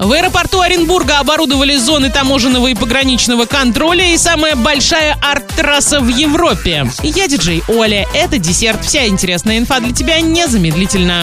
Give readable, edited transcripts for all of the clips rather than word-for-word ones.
В аэропорту Оренбурга оборудовали зоны таможенного и пограничного контроля и самая большая арт-трасса в Европе. Я диджей Оля. Это десерт. Вся интересная инфа для тебя незамедлительно.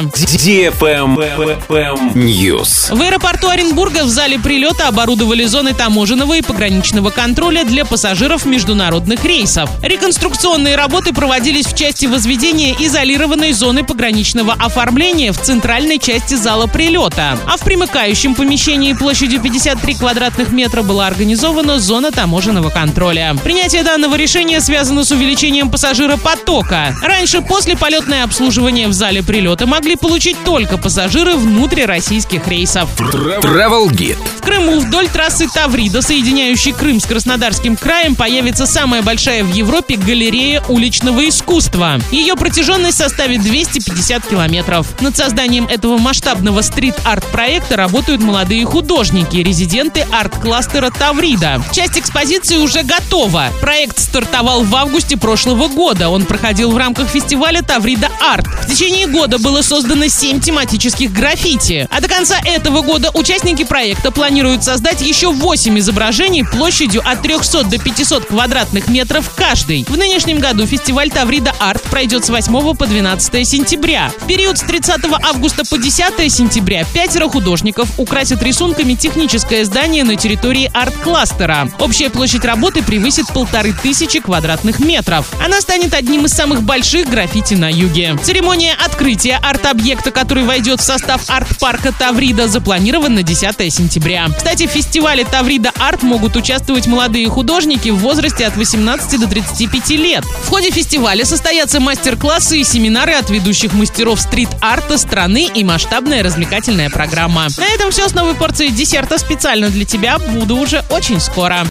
News. В аэропорту Оренбурга в зале прилета оборудовали зоны таможенного и пограничного контроля для пассажиров международных рейсов. Реконструкционные работы проводились в части возведения изолированной зоны пограничного оформления в центральной части зала прилета. А в примыкающем помещении площадью 53 квадратных метра была организована зона таможенного контроля. Принятие данного решения связано с увеличением пассажиропотока. Раньше послеполетное обслуживание в зале прилета могли получить только пассажиры внутрироссийских рейсов. Travel Guide. В Крыму вдоль трассы Таврида, соединяющей Крым с Краснодарским краем, появится самая большая в Европе галерея уличного искусства. Ее протяженность составит 250 километров. Над созданием этого масштабного стрит-арт-проекта работают молодые художники, резиденты арт-кластера Таврида. Часть экспозиции уже готова. Проект стартовал в августе прошлого года. Он проходил в рамках фестиваля Таврида Арт. В течение года было создано 7 тематических граффити. А до конца этого года участники проекта планируют создать еще 8 изображений площадью от 300 до 500 квадратных метров каждый. В нынешнем году фестиваль Таврида Арт пройдет с 8 по 12 сентября. В период с 30 августа по 10 сентября 5 художников украсят рисунками техническое здание на территории арт-кластера. Общая площадь работы превысит 1500 квадратных метров. Она станет одним из самых больших граффити на юге. Церемония открытия арт-объекта, который войдет в состав арт-парка Таврида, запланирован на 10 сентября. Кстати, в фестивале Таврида Арт могут участвовать молодые художники в возрасте от 18 до 35 лет. В ходе фестиваля состоятся мастер-классы и семинары от ведущих мастеров стрит-арта страны и масштабная развлекательная программа. На этом все с новой порцией десерта специально для тебя. Буду уже очень скоро.